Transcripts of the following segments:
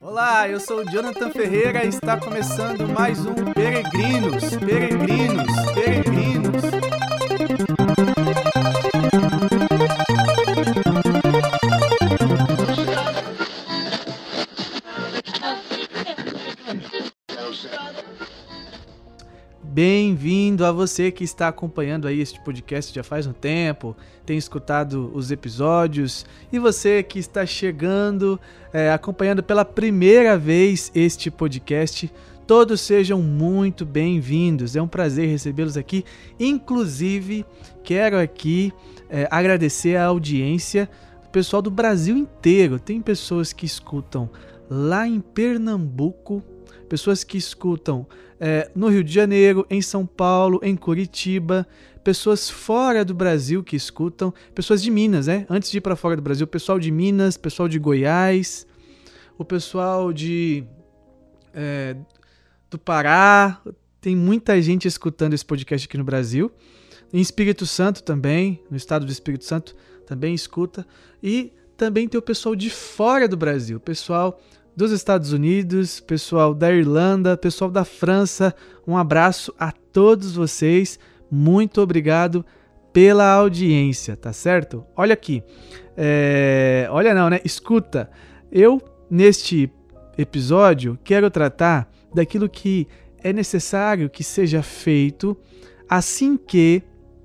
Olá, eu sou o Jonathan Ferreira e está começando mais um Peregrinos. Bem-vindo a você que está acompanhando aí este podcast já faz um tempo, tem escutado os episódios, e você que está chegando, acompanhando pela primeira vez este podcast, todos sejam muito bem-vindos, é um prazer recebê-los aqui. Inclusive, quero aqui agradecer a audiência do pessoal do Brasil inteiro. Tem pessoas que escutam lá em Pernambuco, pessoas que escutam no Rio de Janeiro, em São Paulo, em Curitiba, pessoas fora do Brasil que escutam, pessoas de Minas, né? Antes de ir para fora do Brasil, pessoal de Minas, pessoal de Goiás, o pessoal do Pará, tem muita gente escutando esse podcast aqui no Brasil. Em Espírito Santo também, no estado do Espírito Santo também escuta, e também tem o pessoal de fora do Brasil, pessoal dos Estados Unidos, pessoal da Irlanda, pessoal da França. Um abraço a todos vocês, muito obrigado pela audiência, tá certo? Olha aqui, escuta, eu neste episódio quero tratar daquilo que é necessário que seja feito assim que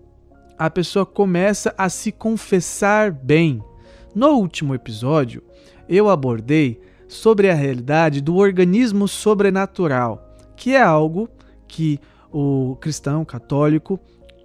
a pessoa começa a se confessar bem. No último episódio, eu abordei sobre a realidade do organismo sobrenatural, que é algo que o cristão católico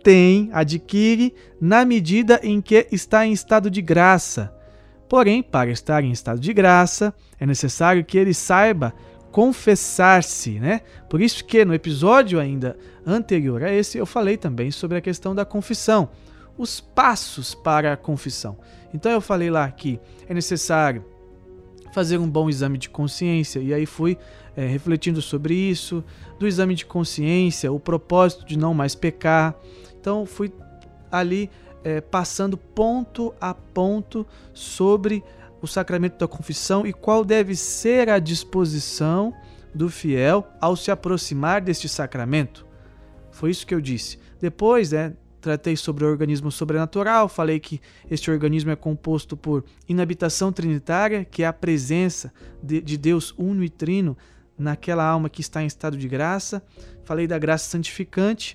adquire na medida em que está em estado de graça. Porém, para estar em estado de graça, é necessário que ele saiba confessar-se, né? Por isso que no episódio ainda anterior a esse, eu falei também sobre a questão da confissão, os passos para a confissão. Então eu falei lá que é necessário fazer um bom exame de consciência, e aí fui refletindo sobre isso, do exame de consciência, o propósito de não mais pecar. Então fui ali passando ponto a ponto sobre o sacramento da confissão e qual deve ser a disposição do fiel ao se aproximar deste sacramento. Foi isso que eu disse. Depois, tratei sobre o organismo sobrenatural, falei que este organismo é composto por inabitação trinitária, que é a presença de Deus uno e trino naquela alma que está em estado de graça. Falei da graça santificante,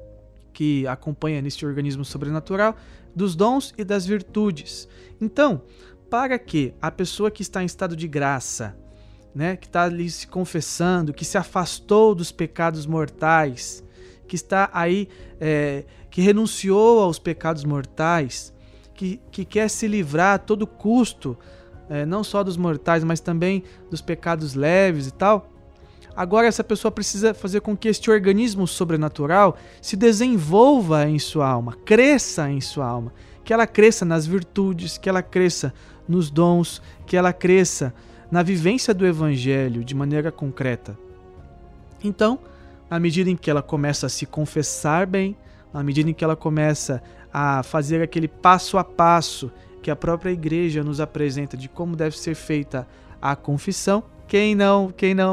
que acompanha neste organismo sobrenatural, dos dons e das virtudes. Então, para que a pessoa que está em estado de graça, que está ali se confessando, que se afastou dos pecados mortais, que está aí, que renunciou aos pecados mortais, que quer se livrar a todo custo, não só dos mortais, mas também dos pecados leves e tal. Agora essa pessoa precisa fazer com que este organismo sobrenatural se desenvolva em sua alma, cresça em sua alma, que ela cresça nas virtudes, que ela cresça nos dons, que ela cresça na vivência do Evangelho de maneira concreta. Então, à medida em que ela começa a se confessar bem, à medida em que ela começa a fazer aquele passo a passo que a própria igreja nos apresenta de como deve ser feita a confissão. Quem não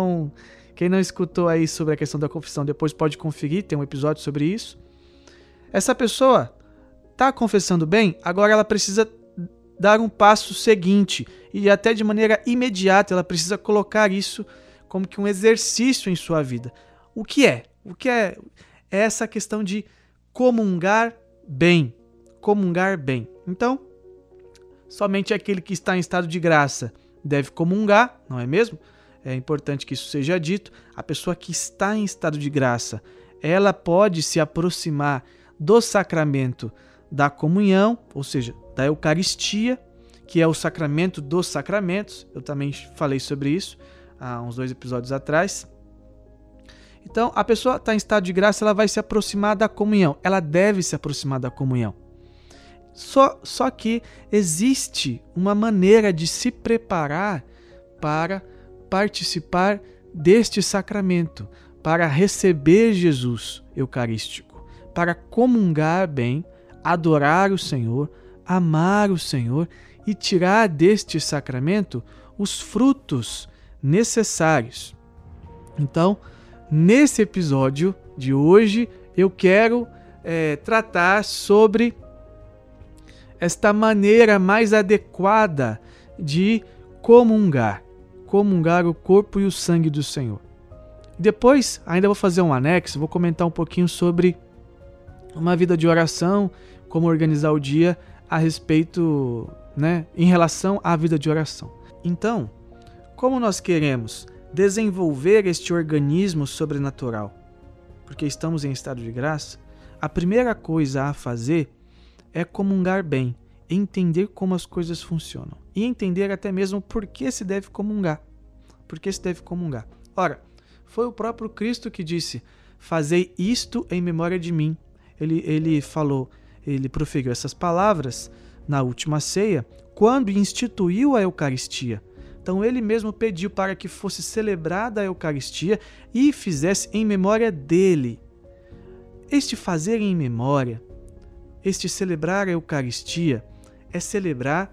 escutou aí sobre a questão da confissão, depois pode conferir, tem um episódio sobre isso. Essa pessoa está confessando bem, agora ela precisa dar um passo seguinte, e até de maneira imediata ela precisa colocar isso como que um exercício em sua vida. O que é? É essa questão de comungar bem. Comungar bem. Então, somente aquele que está em estado de graça deve comungar, não é mesmo? É importante que isso seja dito. A pessoa que está em estado de graça, ela pode se aproximar do sacramento da comunhão, ou seja, da Eucaristia, que é o sacramento dos sacramentos. Eu também falei sobre isso há uns 2 episódios atrás. Então, a pessoa está em estado de graça, ela vai se aproximar da comunhão. Ela deve se aproximar da comunhão. Só que existe uma maneira de se preparar para participar deste sacramento, para receber Jesus eucarístico, para comungar bem, adorar o Senhor, amar o Senhor e tirar deste sacramento os frutos necessários. Então, nesse episódio de hoje, eu quero tratar sobre esta maneira mais adequada de comungar o corpo e o sangue do Senhor. Depois, ainda vou fazer um anexo, vou comentar um pouquinho sobre uma vida de oração, como organizar o dia a respeito, em relação à vida de oração. Então, como nós queremos desenvolver este organismo sobrenatural, porque estamos em estado de graça, a primeira coisa a fazer é comungar bem, entender como as coisas funcionam e entender até mesmo por que se deve comungar. Ora, foi o próprio Cristo que disse: fazei isto em memória de mim. Ele proferiu essas palavras na última ceia, quando instituiu a Eucaristia. Então ele mesmo pediu para que fosse celebrada a Eucaristia e fizesse em memória dele. Este fazer em memória, este celebrar a Eucaristia, é celebrar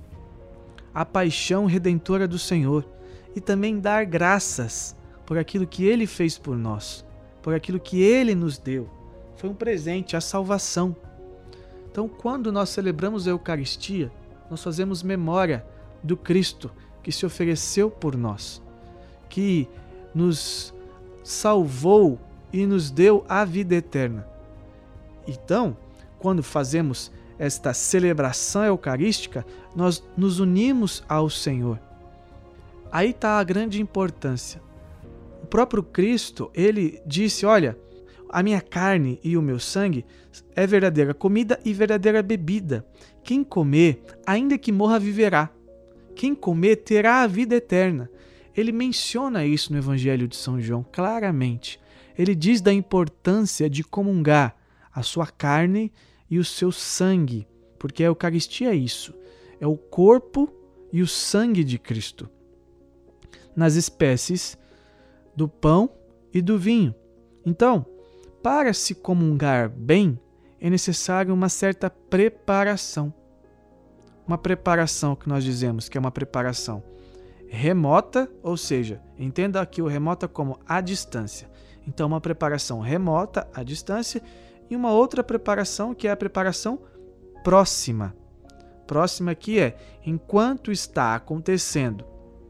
a paixão redentora do Senhor e também dar graças por aquilo que Ele fez por nós, por aquilo que Ele nos deu. Foi um presente, a salvação. Então, quando nós celebramos a Eucaristia, nós fazemos memória do Cristo que se ofereceu por nós, que nos salvou e nos deu a vida eterna. Então, quando fazemos esta celebração eucarística, nós nos unimos ao Senhor. Aí está a grande importância. O próprio Cristo, ele disse: olha, a minha carne e o meu sangue é verdadeira comida e verdadeira bebida. Quem comer, ainda que morra, viverá. Quem comer terá a vida eterna. Ele menciona isso no Evangelho de São João claramente. Ele diz da importância de comungar a sua carne e o seu sangue, porque a Eucaristia é isso, é o corpo e o sangue de Cristo, nas espécies do pão e do vinho. Então, para se comungar bem, é necessário uma certa preparação. Uma preparação que nós dizemos que é uma preparação remota, ou seja, entenda aqui o remota como à distância. Então, uma preparação remota, à distância, e uma outra preparação que é a preparação próxima. Próxima que é, enquanto está acontecendo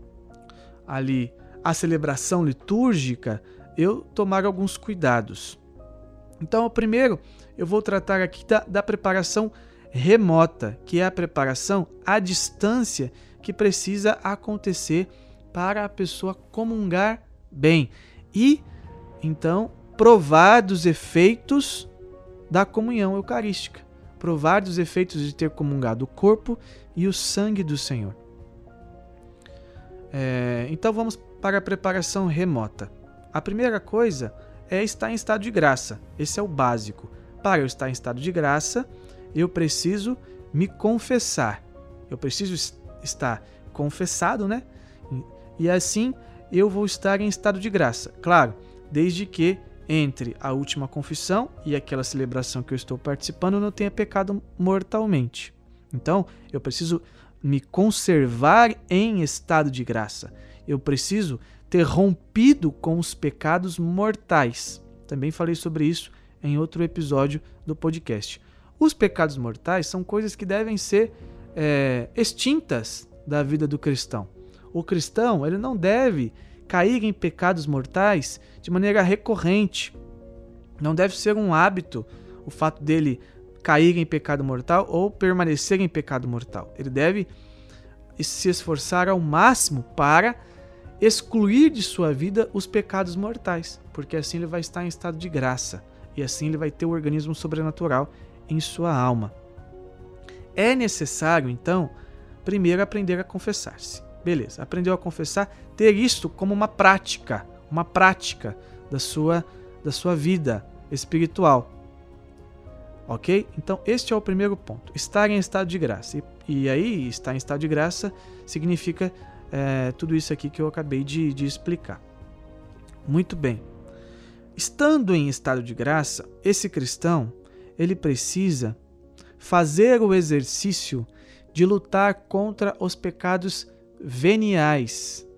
ali a celebração litúrgica, eu tomar alguns cuidados. Então, primeiro, eu vou tratar aqui da preparação remota, que é a preparação à distância que precisa acontecer para a pessoa comungar bem e, então, provar dos efeitos da comunhão eucarística, provar dos efeitos de ter comungado o corpo e o sangue do Senhor. Então vamos para a preparação remota. A primeira coisa é estar em estado de graça. Esse é o básico. Para eu estar em estado de graça, eu preciso me confessar. Eu preciso estar confessado, E assim eu vou estar em estado de graça. Claro, desde que entre a última confissão e aquela celebração que eu estou participando, eu não tenha pecado mortalmente. Então, eu preciso me conservar em estado de graça. Eu preciso ter rompido com os pecados mortais. Também falei sobre isso em outro episódio do podcast. Os pecados mortais são coisas que devem ser extintas da vida do cristão. O cristão, ele não deve cair em pecados mortais de maneira recorrente. Não deve ser um hábito o fato dele cair em pecado mortal ou permanecer em pecado mortal. Ele deve se esforçar ao máximo para excluir de sua vida os pecados mortais, porque assim ele vai estar em estado de graça e assim ele vai ter o organismo sobrenatural em sua alma. É necessário, então, primeiro aprender a confessar-se. Beleza, aprendeu a confessar, ter isto como uma prática da sua vida espiritual. Ok? Então, este é o primeiro ponto, estar em estado de graça. E aí, estar em estado de graça significa tudo isso aqui que eu acabei de explicar. Muito bem. Estando em estado de graça, esse cristão, ele precisa fazer o exercício de lutar contra os pecados veniais.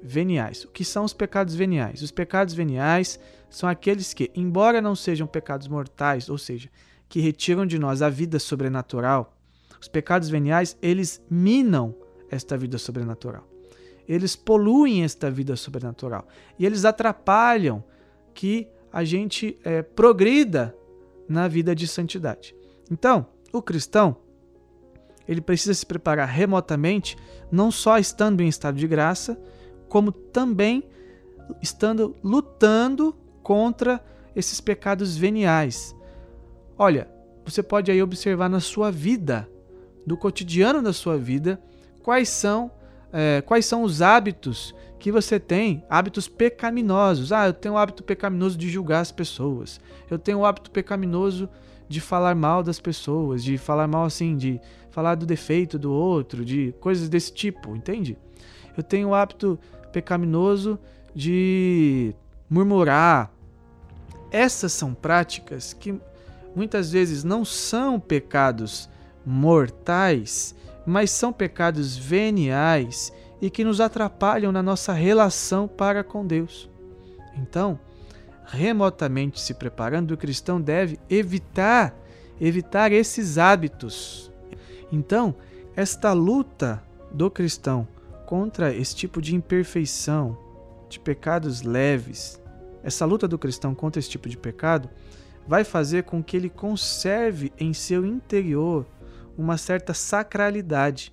veniais. O que são os pecados veniais? Os pecados veniais são aqueles que, embora não sejam pecados mortais, ou seja, que retiram de nós a vida sobrenatural, os pecados veniais, eles minam esta vida sobrenatural. Eles poluem esta vida sobrenatural. E eles atrapalham que a gente progrida na vida de santidade. Então, o cristão, ele precisa se preparar remotamente, não só estando em estado de graça, como também estando lutando contra esses pecados veniais. Olha, você pode aí observar na sua vida, no cotidiano da sua vida, quais são os hábitos que você tem, hábitos pecaminosos. Eu tenho o hábito pecaminoso de julgar as pessoas. Eu tenho o hábito pecaminoso de falar mal das pessoas, de falar mal assim, de falar do defeito do outro, de coisas desse tipo, entende? Eu tenho o hábito pecaminoso de murmurar. Essas são práticas que muitas vezes não são pecados mortais, mas são pecados veniais e que nos atrapalham na nossa relação para com Deus. Então, remotamente se preparando, o cristão deve evitar esses hábitos. Então, esta luta do cristão contra esse tipo de imperfeição, de pecados leves, essa luta do cristão contra esse tipo de pecado vai fazer com que ele conserve em seu interior uma certa sacralidade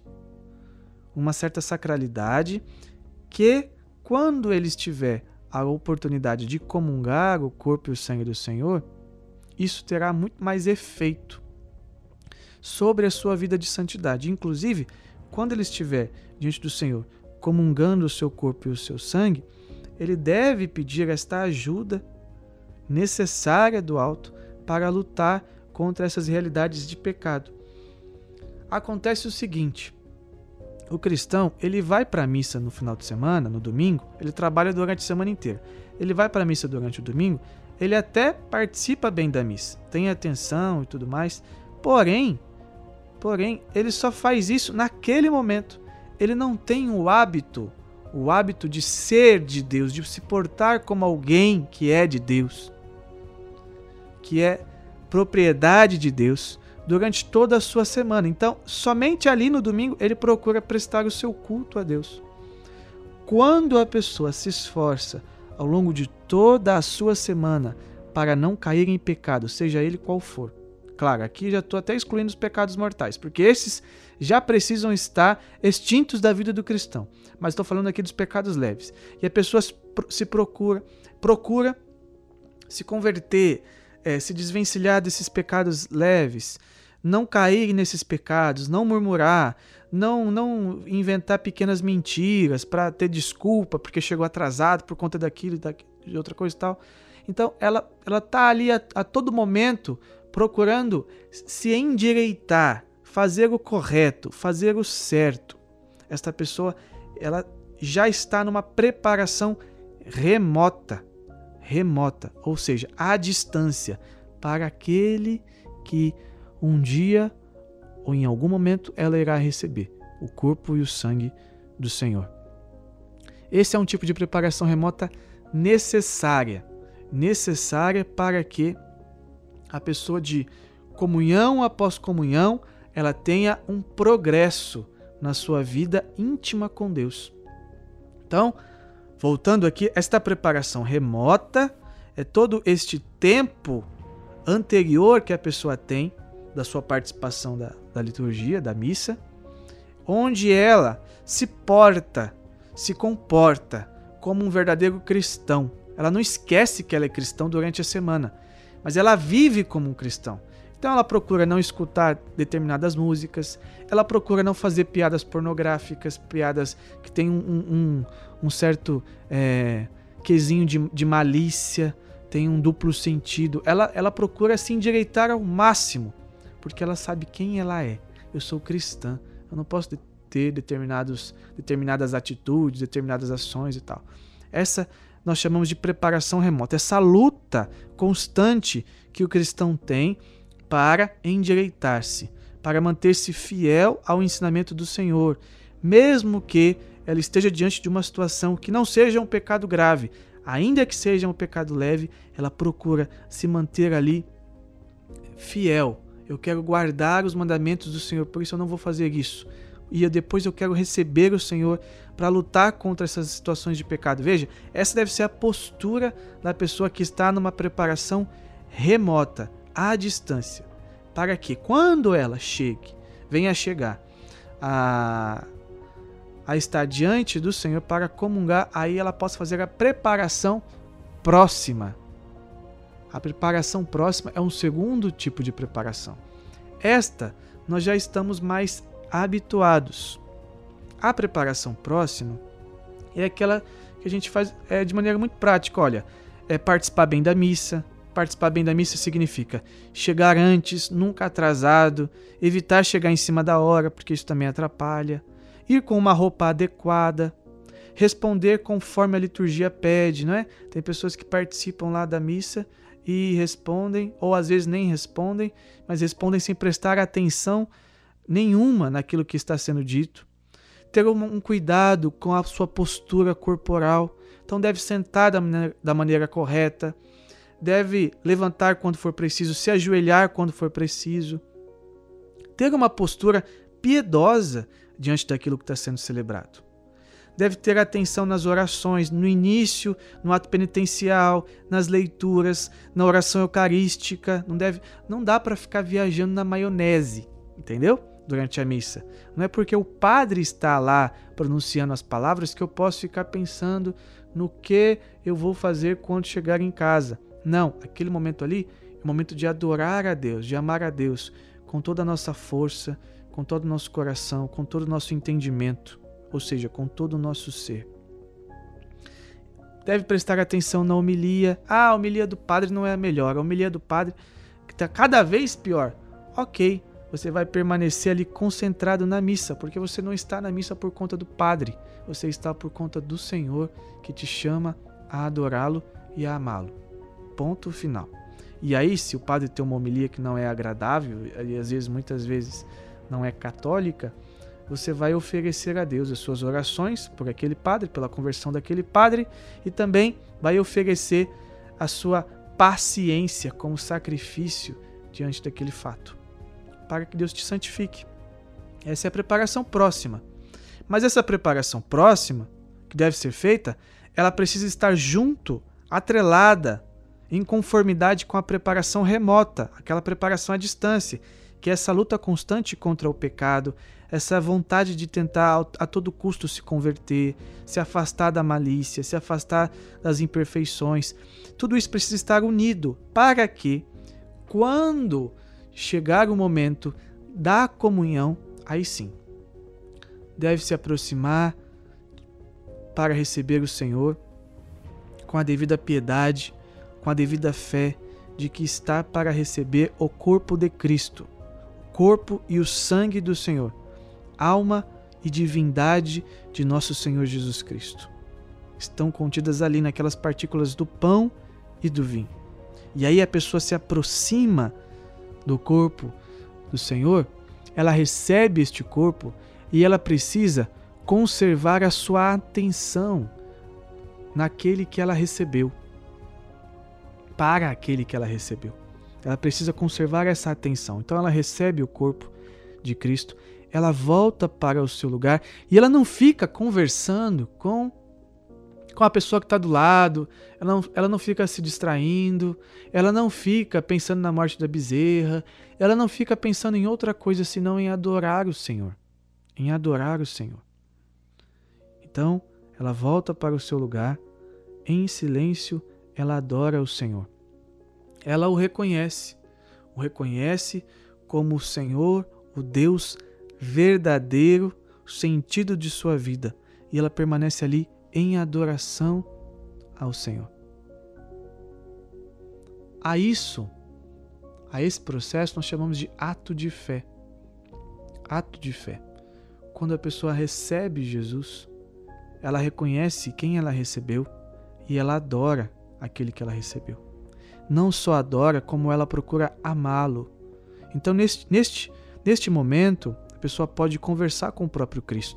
que, quando ele estiver a oportunidade de comungar o corpo e o sangue do Senhor, isso terá muito mais efeito sobre a sua vida de santidade. Inclusive, quando ele estiver diante do Senhor comungando o seu corpo e o seu sangue, ele deve pedir esta ajuda necessária do alto para lutar contra essas realidades de pecado. Acontece o seguinte: o cristão, ele vai para a missa no final de semana, no domingo, ele trabalha durante a semana inteira. Ele vai para a missa durante o domingo, ele até participa bem da missa, tem atenção e tudo mais, porém, ele só faz isso naquele momento. Ele não tem o hábito de ser de Deus, de se portar como alguém que é de Deus, que é propriedade de Deus, durante toda a sua semana. Então, somente ali no domingo, ele procura prestar o seu culto a Deus. Quando a pessoa se esforça ao longo de toda a sua semana para não cair em pecado, seja ele qual for. Claro, aqui já estou até excluindo os pecados mortais, porque esses já precisam estar extintos da vida do cristão. Mas estou falando aqui dos pecados leves. E a pessoa se procura se converter, se desvencilhar desses pecados leves, não cair nesses pecados, não murmurar, não inventar pequenas mentiras para ter desculpa porque chegou atrasado por conta daquilo de outra coisa e tal. Então ela está ali a todo momento procurando se endireitar, fazer o correto, fazer o certo. Esta pessoa, ela já está numa preparação remota, ou seja, à distância, para aquele que um dia ou em algum momento ela irá receber o corpo e o sangue do Senhor. Esse é um tipo de preparação remota necessária para que a pessoa, de comunhão após comunhão, ela tenha um progresso na sua vida íntima com Deus. Então, voltando aqui, esta preparação remota é todo este tempo anterior que a pessoa tem da sua participação da liturgia, da missa, onde ela se comporta como um verdadeiro cristão. Ela não esquece que ela é cristão durante a semana, mas ela vive como um cristão. Então ela procura não escutar determinadas músicas, ela procura não fazer piadas pornográficas, piadas que têm um certo quesinho de malícia, tem um duplo sentido. Ela procura se endireitar ao máximo, porque ela sabe quem ela é. Eu sou cristã, eu não posso ter determinadas atitudes, determinadas ações e tal. Essa nós chamamos de preparação remota, essa luta constante que o cristão tem para endireitar-se, para manter-se fiel ao ensinamento do Senhor, mesmo que ela esteja diante de uma situação que não seja um pecado grave, ainda que seja um pecado leve, ela procura se manter ali fiel. Eu quero guardar os mandamentos do Senhor, por isso eu não vou fazer isso. E depois eu quero receber o Senhor para lutar contra essas situações de pecado. Veja, essa deve ser a postura da pessoa que está numa preparação remota, à distância, para que quando ela venha a chegar a estar diante do Senhor para comungar, aí ela possa fazer a preparação próxima. A preparação próxima é um segundo tipo de preparação. Esta, nós já estamos mais habituados. A preparação próxima é aquela que a gente faz de maneira muito prática. Olha, participar bem da missa. Participar bem da missa significa chegar antes, nunca atrasado, evitar chegar em cima da hora, porque isso também atrapalha, ir com uma roupa adequada, responder conforme a liturgia pede, não é? Tem pessoas que participam lá da missa e respondem, ou às vezes nem respondem, mas respondem sem prestar atenção nenhuma naquilo que está sendo dito. Ter um cuidado com a sua postura corporal. Então deve sentar da maneira correta, deve levantar quando for preciso, se ajoelhar quando for preciso. Ter uma postura piedosa diante daquilo que está sendo celebrado. Deve ter atenção nas orações, no início, no ato penitencial, nas leituras, na oração eucarística. Não dá para ficar viajando na maionese, entendeu? Durante a missa. Não é porque o padre está lá pronunciando as palavras que eu posso ficar pensando no que eu vou fazer quando chegar em casa. Não, aquele momento ali é o momento de adorar a Deus, de amar a Deus com toda a nossa força, com todo o nosso coração, com todo o nosso entendimento, ou seja, com todo o nosso ser. Deve prestar atenção na homilia. A homilia do padre não é a melhor, a homilia do padre está cada vez pior. Ok, você vai permanecer ali concentrado na missa, porque você não está na missa por conta do padre, você está por conta do Senhor que te chama a adorá-lo e a amá-lo. Ponto final. E aí, se o padre tem uma homilia que não é agradável, e às vezes, muitas vezes, não é católica, você vai oferecer a Deus as suas orações por aquele padre, pela conversão daquele padre, e também vai oferecer a sua paciência como sacrifício diante daquele fato, para que Deus te santifique. Essa é a preparação próxima. Mas essa preparação próxima, que deve ser feita, ela precisa estar junto, atrelada, em conformidade com a preparação remota, aquela preparação à distância, que é essa luta constante contra o pecado, essa vontade de tentar a todo custo se converter, se afastar da malícia, se afastar das imperfeições. Tudo isso precisa estar unido para que, quando chegar o momento da comunhão, aí sim, deve se aproximar para receber o Senhor com a devida piedade, com a devida fé de que está para receber o corpo de Cristo, o corpo e o sangue do Senhor, alma e divindade de nosso Senhor Jesus Cristo. Estão contidas ali naquelas partículas do pão e do vinho. E aí a pessoa se aproxima do corpo do Senhor, ela recebe este corpo e ela precisa conservar a sua atenção naquele que ela recebeu, para aquele que ela recebeu. Ela precisa conservar essa atenção. Então ela recebe o corpo de Cristo, ela volta para o seu lugar e ela não fica conversando com a pessoa que está do lado, ela não fica se distraindo, ela não fica pensando na morte da bezerra, ela não fica pensando em outra coisa senão em adorar o Senhor. Em adorar o Senhor. Então, ela volta para o seu lugar, em silêncio, ela adora o Senhor. Ela o reconhece como o Senhor, o Deus verdadeiro, o sentido de sua vida. E ela permanece ali em adoração ao Senhor. A esse processo nós chamamos de ato de fé. Ato de fé. Quando a pessoa recebe Jesus, ela reconhece quem ela recebeu e ela adora aquele que ela recebeu. Não só adora, como ela procura amá-lo. Então, neste momento, a pessoa pode conversar com o próprio Cristo.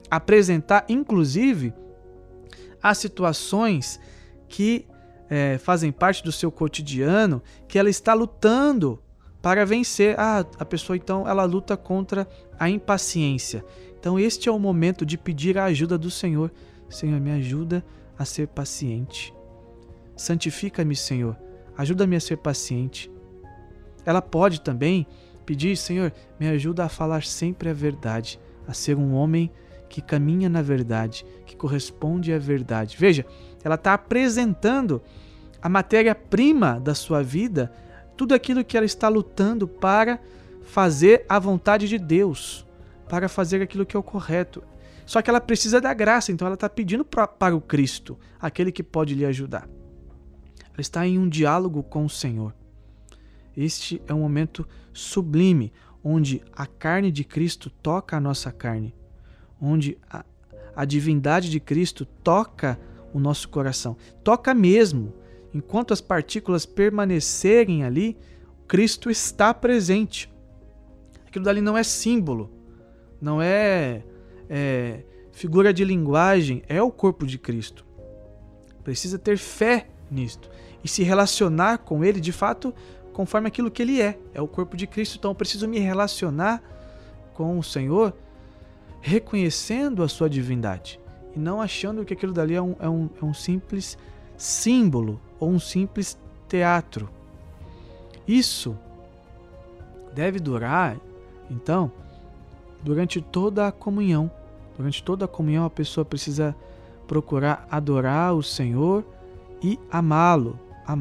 apresentar, inclusive, as situações que fazem parte do seu cotidiano, que ela está lutando para vencer. A pessoa, então, ela luta contra a impaciência. Então, este é o momento de pedir a ajuda do Senhor. Senhor, me ajuda a ser paciente. Santifica-me, Senhor. Ajuda-me a ser paciente. Ela pode também pedir, Senhor, me ajuda a falar sempre a verdade, a ser um homem que caminha na verdade, que corresponde à verdade. Veja, ela está apresentando a matéria-prima da sua vida, tudo aquilo que ela está lutando para fazer a vontade de Deus, para fazer aquilo que é o correto. Só que ela precisa da graça, então ela está pedindo para o Cristo, aquele que pode lhe ajudar. Ela está em um diálogo com o Senhor. Este é um momento sublime, onde a carne de Cristo toca a nossa carne, onde a divindade de Cristo toca o nosso coração. Toca mesmo. Enquanto as partículas permanecerem ali, Cristo está presente. Aquilo dali não é símbolo, não é figura de linguagem, é o corpo de Cristo. Precisa ter fé nisto e se relacionar com Ele, de fato, conforme aquilo que Ele é o corpo de Cristo. Então eu preciso me relacionar com o Senhor reconhecendo a sua divindade e não achando que aquilo dali é um simples símbolo ou um simples teatro. Isso deve durar, então, durante toda a comunhão. Durante toda a comunhão a pessoa precisa procurar adorar o Senhor e amá-lo.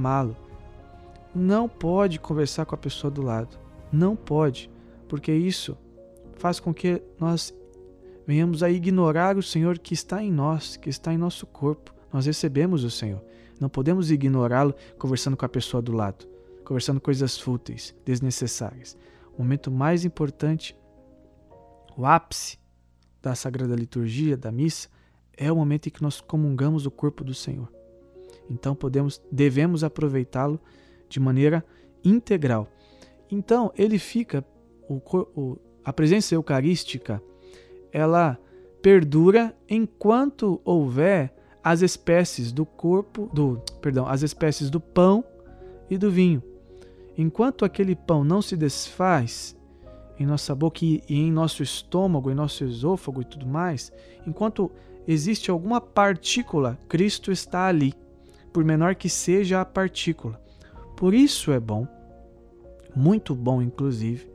Não pode conversar com a pessoa do lado. Não pode, porque isso faz com que nós venhamos a ignorar o Senhor que está em nós, que está em nosso corpo. Nós recebemos o Senhor. Não podemos ignorá-lo conversando com a pessoa do lado, conversando coisas fúteis, desnecessárias. O momento mais importante, o ápice da Sagrada Liturgia, da missa, é o momento em que nós comungamos o corpo do Senhor. Então devemos aproveitá-lo de maneira integral. Então ele fica, a presença eucarística, ela perdura enquanto houver as espécies do as espécies do pão e do vinho. Enquanto aquele pão não se desfaz em nossa boca e em nosso estômago, em nosso esôfago e tudo mais, enquanto existe alguma partícula, Cristo está ali, por menor que seja a partícula. Por isso é bom, muito bom inclusive,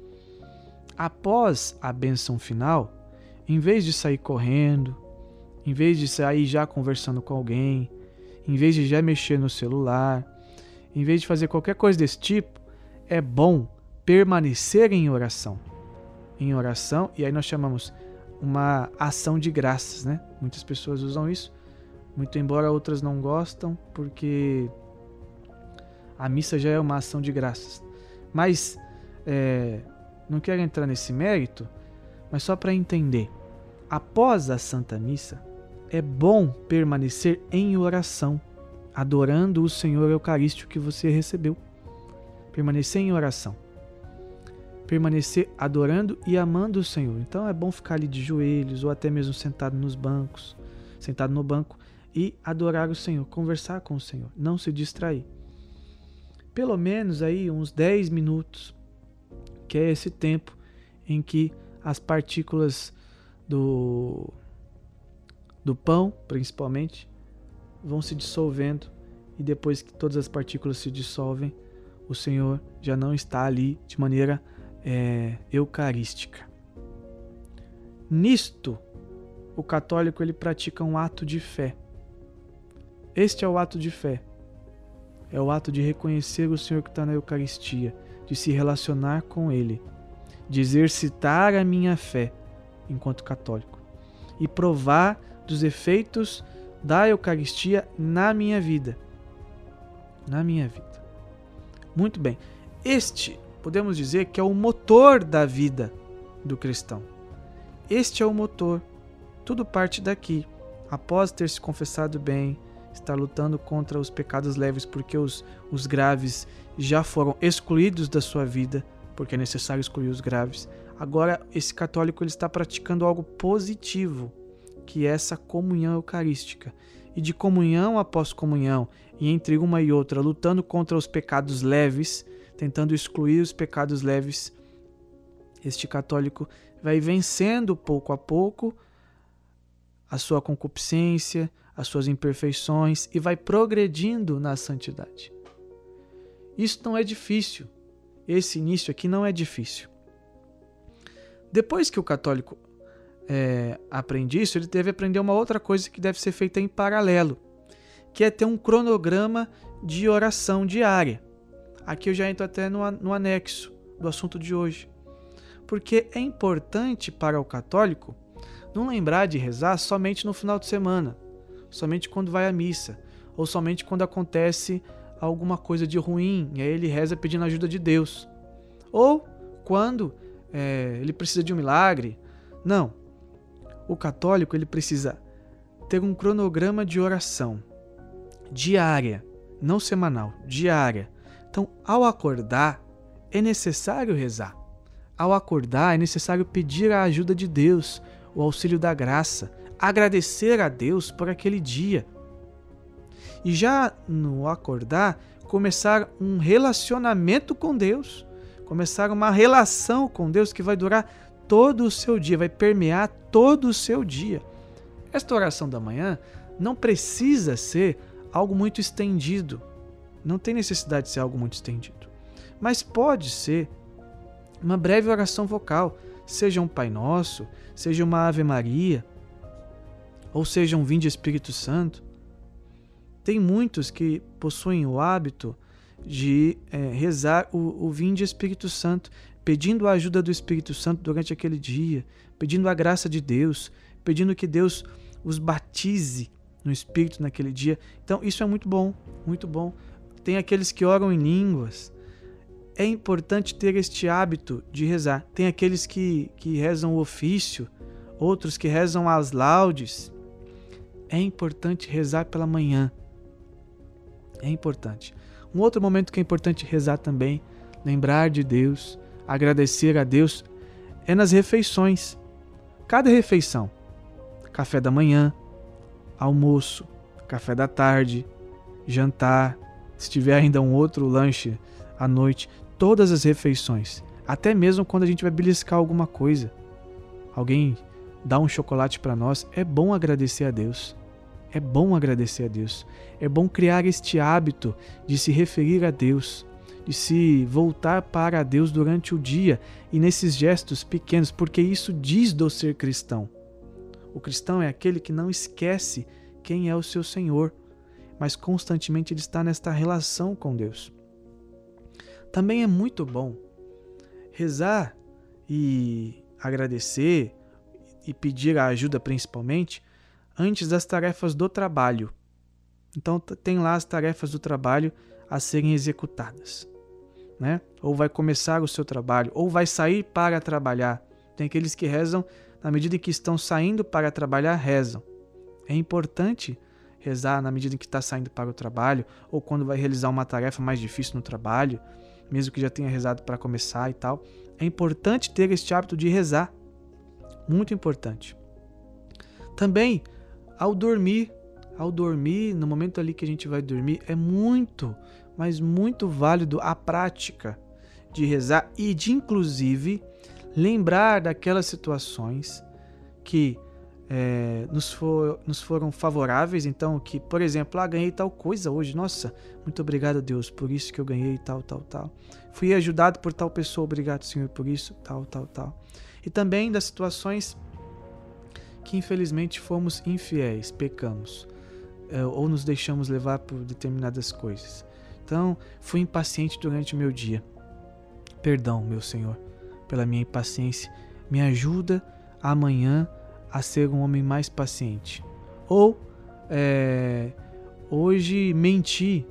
após a bênção final, em vez de sair correndo, em vez de sair já conversando com alguém, em vez de já mexer no celular, em vez de fazer qualquer coisa desse tipo, é bom permanecer em oração. Em oração, e aí nós chamamos uma ação de graças, né? Muitas pessoas usam isso, muito embora outras não gostam, porque a missa já é uma ação de graças. Mas, não quero entrar nesse mérito, mas só para entender. Após a Santa Missa, é bom permanecer em oração, adorando o Senhor Eucarístico que você recebeu. Permanecer em oração. Permanecer adorando e amando o Senhor. Então é bom ficar ali de joelhos ou até mesmo sentado no banco e adorar o Senhor, conversar com o Senhor, não se distrair. Pelo menos aí uns 10 minutos, que é esse tempo em que as partículas do pão, principalmente, vão se dissolvendo, e depois que todas as partículas se dissolvem, o Senhor já não está ali de maneira eucarística. Nisto, o católico ele pratica um ato de fé. Este é o ato de fé. É o ato de reconhecer o Senhor que está na Eucaristia, de se relacionar com Ele, de exercitar a minha fé enquanto católico e provar dos efeitos da Eucaristia na minha vida. Na minha vida. Muito bem. Este, podemos dizer que é o motor da vida do cristão. Este é o motor. Tudo parte daqui. Após ter se confessado bem, estar lutando contra os pecados leves, porque os graves já foram excluídos da sua vida, porque é necessário excluir os graves. Agora, esse católico ele está praticando algo positivo, que é essa comunhão eucarística. E de comunhão após comunhão, e entre uma e outra, lutando contra os pecados leves, tentando excluir os pecados leves, este católico vai vencendo pouco a pouco a sua concupiscência, as suas imperfeições e vai progredindo na santidade. Isso não é difícil. Esse início aqui não é difícil. Depois que o católico aprende isso, ele deve aprender uma outra coisa que deve ser feita em paralelo, que é ter um cronograma de oração diária. Aqui eu já entro até no anexo do assunto de hoje. Porque é importante para o católico não lembrar de rezar somente no final de semana, somente quando vai à missa, ou somente quando acontece alguma coisa de ruim, e aí ele reza pedindo a ajuda de Deus. Ou quando ele precisa de um milagre. Não. O católico ele precisa ter um cronograma de oração diária, não semanal, diária. Então, ao acordar, é necessário rezar. Ao acordar, é necessário pedir a ajuda de Deus, o auxílio da graça, agradecer a Deus por aquele dia. E já no acordar, começar um relacionamento com Deus, começar uma relação com Deus que vai durar todo o seu dia, vai permear todo o seu dia. Esta oração da manhã não precisa ser algo muito estendido, não tem necessidade de ser algo muito estendido, mas pode ser uma breve oração vocal, seja um Pai Nosso, seja uma Ave Maria, ou seja um Vinde Espírito Santo. Tem muitos que possuem o hábito de rezar o Vinde Espírito Santo, pedindo a ajuda do Espírito Santo durante aquele dia, pedindo a graça de Deus, pedindo que Deus os batize no Espírito naquele dia. Então isso é muito bom, muito bom. Tem aqueles que oram em línguas. É importante ter este hábito de rezar. Tem aqueles que rezam o ofício, outros que rezam as laudes. É importante rezar pela manhã. É importante. Um outro momento que é importante rezar também, lembrar de Deus, agradecer a Deus, é nas refeições. Cada refeição, café da manhã, almoço, café da tarde, jantar, se tiver ainda um outro lanche à noite, todas as refeições, até mesmo quando a gente vai beliscar alguma coisa, alguém dá um chocolate para nós, é bom agradecer a Deus. É bom agradecer a Deus. É bom criar este hábito de se referir a Deus, de se voltar para Deus durante o dia e nesses gestos pequenos, porque isso diz do ser cristão. O cristão é aquele que não esquece quem é o seu Senhor, mas constantemente ele está nesta relação com Deus. Também é muito bom rezar e agradecer e pedir a ajuda principalmente antes das tarefas do trabalho. Então tem lá as tarefas do trabalho a serem executadas, né? Ou vai começar o seu trabalho, ou vai sair para trabalhar. Tem aqueles que rezam na medida em que estão saindo para trabalhar, rezam. É importante rezar na medida em que está saindo para o trabalho, ou quando vai realizar uma tarefa mais difícil no trabalho, mesmo que já tenha rezado para começar e tal. É importante ter este hábito de rezar. Muito importante. Também, ao dormir, no momento ali que a gente vai dormir, é muito, mas muito válido a prática de rezar e de, inclusive, lembrar daquelas situações que nos foram favoráveis. Então, que, por exemplo, ganhei tal coisa hoje, nossa, muito obrigado a Deus, por isso que eu ganhei tal. Fui ajudado por tal pessoa, obrigado Senhor por isso, tal. E também das situações que infelizmente fomos infiéis, pecamos, ou nos deixamos levar por determinadas coisas. Então, fui impaciente durante o meu dia. Perdão, meu Senhor, pela minha impaciência. Me ajuda amanhã a ser um homem mais paciente. Ou, hoje menti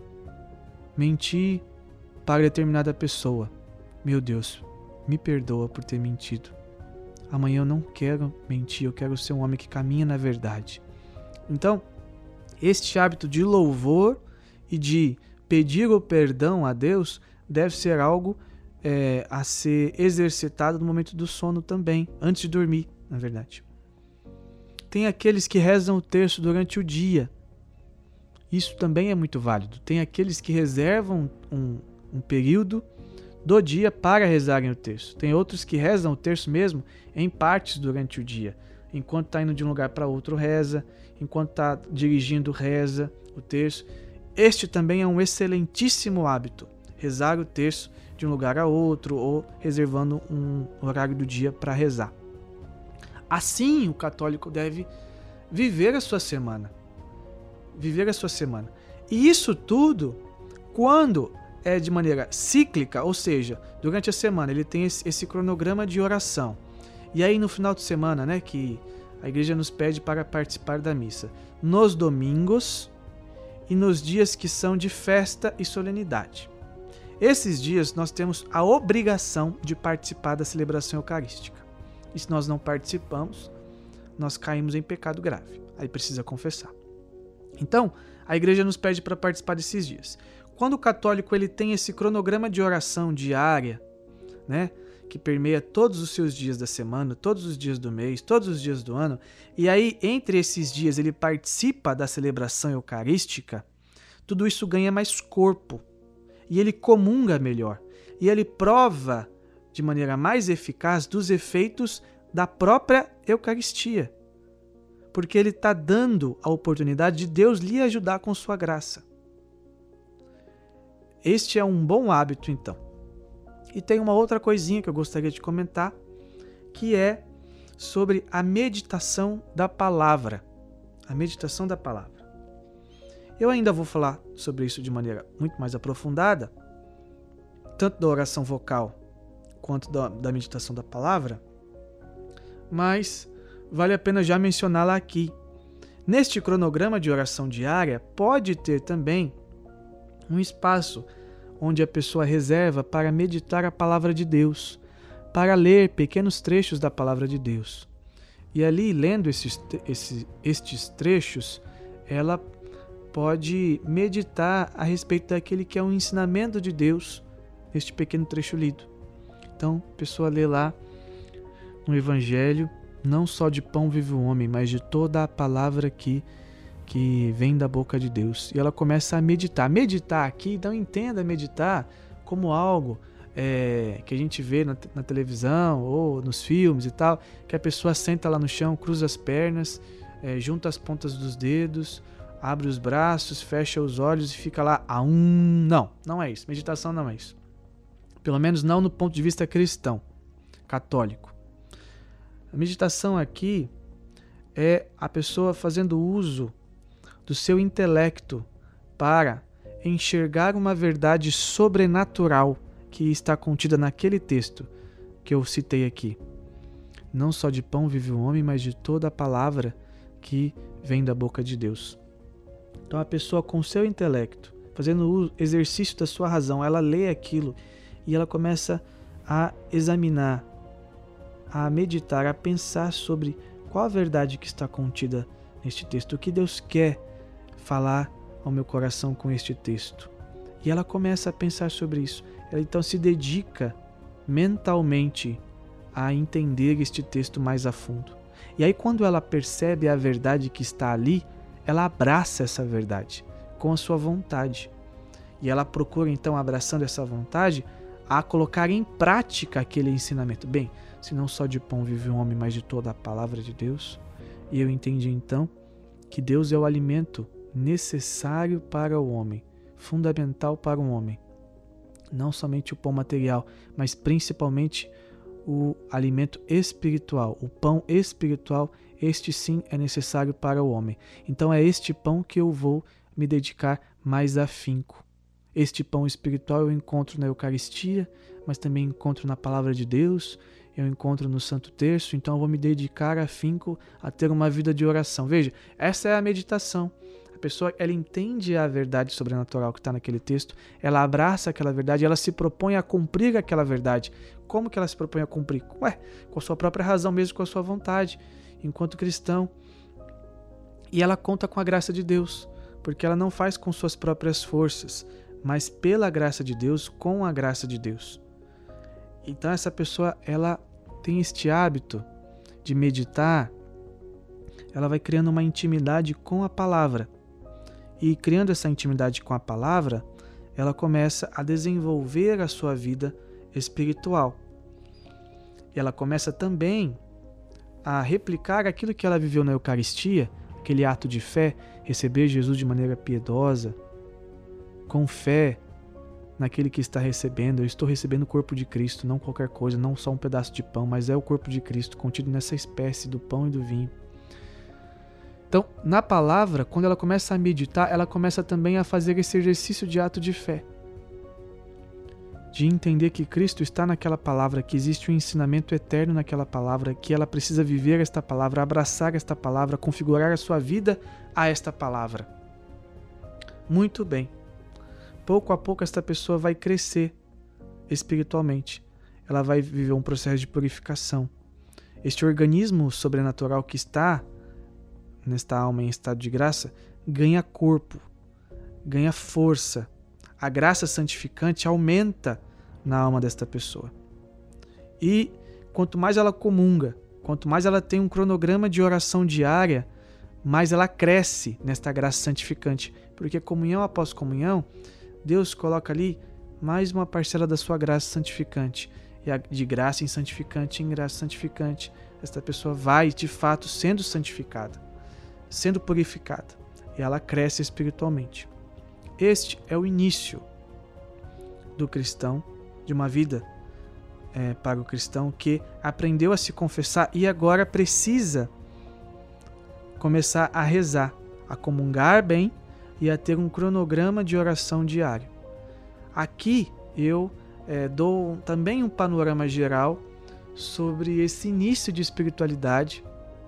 para determinada pessoa. Meu Deus, me perdoa por ter mentido. Amanhã eu não quero mentir, eu quero ser um homem que caminha na verdade. Então, este hábito de louvor e de pedir o perdão a Deus deve ser algo a ser exercitado no momento do sono também, antes de dormir, na verdade. Tem aqueles que rezam o terço durante o dia. Isso também é muito válido. Tem aqueles que reservam um período do dia para rezarem o terço. Tem outros que rezam o terço mesmo em partes durante o dia. Enquanto está indo de um lugar para outro, reza. Enquanto está dirigindo, reza o terço. Este também é um excelentíssimo hábito. Rezar o terço de um lugar a outro ou reservando um horário do dia para rezar. Assim, o católico deve viver a sua semana. Viver a sua semana. E isso tudo, quando é de maneira cíclica, ou seja, durante a semana ele tem esse cronograma de oração. E aí no final de semana, né, que a igreja nos pede para participar da missa. Nos domingos e nos dias que são de festa e solenidade. Esses dias nós temos a obrigação de participar da celebração eucarística. E se nós não participamos, nós caímos em pecado grave. Aí precisa confessar. Então, a igreja nos pede para participar desses dias. Quando o católico ele tem esse cronograma de oração diária, né, que permeia todos os seus dias da semana, todos os dias do mês, todos os dias do ano, e aí entre esses dias ele participa da celebração eucarística, tudo isso ganha mais corpo, e ele comunga melhor, e ele prova de maneira mais eficaz dos efeitos da própria Eucaristia, porque ele está dando a oportunidade de Deus lhe ajudar com sua graça. Este é um bom hábito, então. E tem uma outra coisinha que eu gostaria de comentar, que é sobre a meditação da palavra. A meditação da palavra. Eu ainda vou falar sobre isso de maneira muito mais aprofundada, tanto da oração vocal quanto da meditação da palavra, mas vale a pena já mencioná-la aqui. Neste cronograma de oração diária, pode ter também um espaço onde a pessoa reserva para meditar a palavra de Deus, para ler pequenos trechos da palavra de Deus. E ali, lendo estes trechos, ela pode meditar a respeito daquele que é um ensinamento de Deus, neste pequeno trecho lido. Então, a pessoa lê lá no Evangelho, não só de pão vive o homem, mas de toda a palavra que vem da boca de Deus. E ela começa a meditar. Meditar aqui, não entenda meditar como algo que a gente vê na televisão ou nos filmes e tal, que a pessoa senta lá no chão, cruza as pernas, junta as pontas dos dedos, abre os braços, fecha os olhos e fica lá, não é isso. Meditação não é isso. Pelo menos não no ponto de vista cristão, católico. A meditação aqui é a pessoa fazendo uso do seu intelecto para enxergar uma verdade sobrenatural que está contida naquele texto que eu citei aqui. Não só de pão vive o homem, mas de toda a palavra que vem da boca de Deus. Então a pessoa com o seu intelecto, fazendo o exercício da sua razão, ela lê aquilo e ela começa a examinar, a meditar, a pensar sobre qual a verdade que está contida neste texto, o que Deus quer falar ao meu coração com este texto. E ela começa a pensar sobre isso. Ela então se dedica mentalmente a entender este texto mais a fundo. E aí quando ela percebe a verdade que está ali, ela abraça essa verdade com a sua vontade. E ela procura então, abraçando essa vontade, a colocar em prática aquele ensinamento. Bem, se não só de pão vive o homem, mas de toda a palavra de Deus. E eu entendi então que Deus é o alimento necessário para o homem, fundamental para o homem. Não somente o pão material, mas principalmente o alimento espiritual, o pão espiritual, este sim é necessário para o homem. Então é este pão que eu vou me dedicar mais afinco. Este pão espiritual eu encontro na Eucaristia, mas também encontro na Palavra de Deus, eu encontro no Santo Terço, então eu vou me dedicar afinco a ter uma vida de oração. Veja, essa é a meditação. A pessoa, ela entende a verdade sobrenatural que está naquele texto, ela abraça aquela verdade, ela se propõe a cumprir aquela verdade. Como que ela se propõe a cumprir? Com a sua própria razão mesmo, com a sua vontade, enquanto cristão. E ela conta com a graça de Deus, porque ela não faz com suas próprias forças, mas pela graça de Deus, com a graça de Deus. Então essa pessoa, ela tem este hábito de meditar, ela vai criando uma intimidade com a palavra. E criando essa intimidade com a palavra, ela começa a desenvolver a sua vida espiritual. E ela começa também a replicar aquilo que ela viveu na Eucaristia, aquele ato de fé, receber Jesus de maneira piedosa, com fé naquele que está recebendo. Eu estou recebendo o corpo de Cristo, não qualquer coisa, não só um pedaço de pão, mas é o corpo de Cristo contido nessa espécie do pão e do vinho. Então, na palavra, quando ela começa a meditar, ela começa também a fazer esse exercício de ato de fé. De entender que Cristo está naquela palavra, que existe um ensinamento eterno naquela palavra, que ela precisa viver esta palavra, abraçar esta palavra, configurar a sua vida a esta palavra. Muito bem. Pouco a pouco esta pessoa vai crescer espiritualmente. Ela vai viver um processo de purificação. Este organismo sobrenatural que está nesta alma em estado de graça, ganha corpo, ganha força. A graça santificante aumenta na alma desta pessoa. E quanto mais ela comunga, quanto mais ela tem um cronograma de oração diária, mais ela cresce nesta graça santificante. Porque comunhão após comunhão, Deus coloca ali mais uma parcela da sua graça santificante. E de graça em graça santificante, esta pessoa vai, de fato, sendo santificada, sendo purificada, e ela cresce espiritualmente. Este é o início do cristão, de uma vida para o cristão que aprendeu a se confessar e agora precisa começar a rezar, a comungar bem e a ter um cronograma de oração diário. Aqui eu dou também um panorama geral sobre esse início de espiritualidade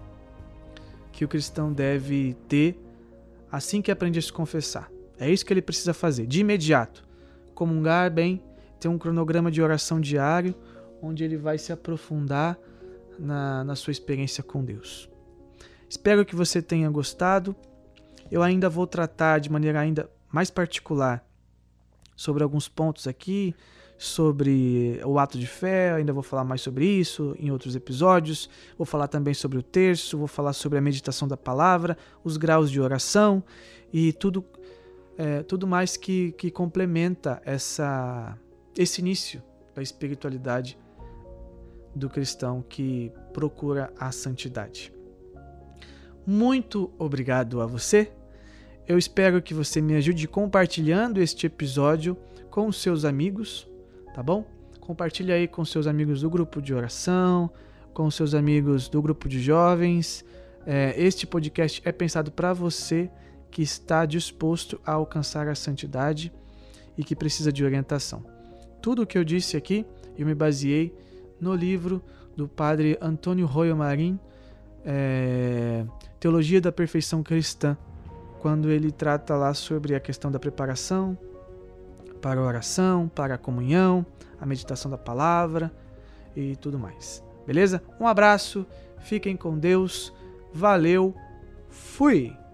que o cristão deve ter assim que aprende a se confessar. É isso que ele precisa fazer, de imediato. Comungar bem, ter um cronograma de oração diário, onde ele vai se aprofundar na sua experiência com Deus. Espero que você tenha gostado. Eu ainda vou tratar de maneira ainda mais particular sobre alguns pontos aqui, sobre o ato de fé, ainda vou falar mais sobre isso em outros episódios. Vou falar também sobre o terço, vou falar sobre a meditação da palavra, os graus de oração e tudo mais que complementa esse início da espiritualidade do cristão que procura a santidade. Muito obrigado a você. Eu espero que você me ajude compartilhando este episódio com os seus amigos, tá bom? Compartilhe aí com seus amigos do grupo de oração, com seus amigos do grupo de jovens. Este podcast é pensado para você que está disposto a alcançar a santidade e que precisa de orientação. Tudo o que eu disse aqui, eu me baseei no livro do padre Antônio Royo Marim, Teologia da Perfeição Cristã, quando ele trata lá sobre a questão da preparação para a oração, para a comunhão, a meditação da palavra e tudo mais. Beleza? Um abraço, fiquem com Deus, valeu, fui!